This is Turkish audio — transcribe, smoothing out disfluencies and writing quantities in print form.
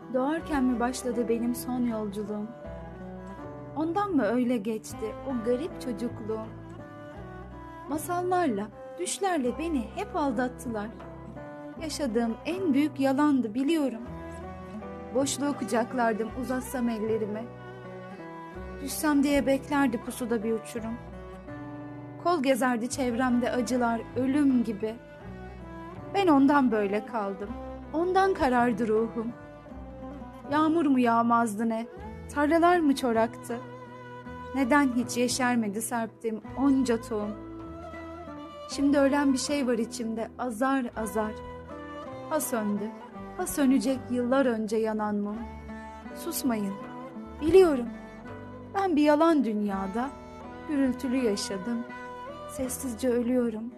Doğarken mi başladı benim son yolculuğum? Ondan mı öyle geçti o garip çocukluğum? Masallarla, düşlerle beni hep aldattılar. Yaşadığım en büyük yalandı biliyorum. Boşluğu kucaklardım uzatsam ellerimi. Düşsem diye beklerdi pusuda bir uçurum. Kol gezerdi çevremde acılar ölüm gibi. Ben ondan böyle kaldım. Ondan karardı ruhum. Yağmur mu yağmazdı ne? Tarlalar mı çoraktı? Neden hiç yeşermedi serptim onca tohum? Şimdi ölen bir şey var içimde azar azar. Ha söndü, ha sönecek yıllar önce yanan mum. Susmayın, biliyorum. Ben bir yalan dünyada gürültülü yaşadım. Sessizce ölüyorum.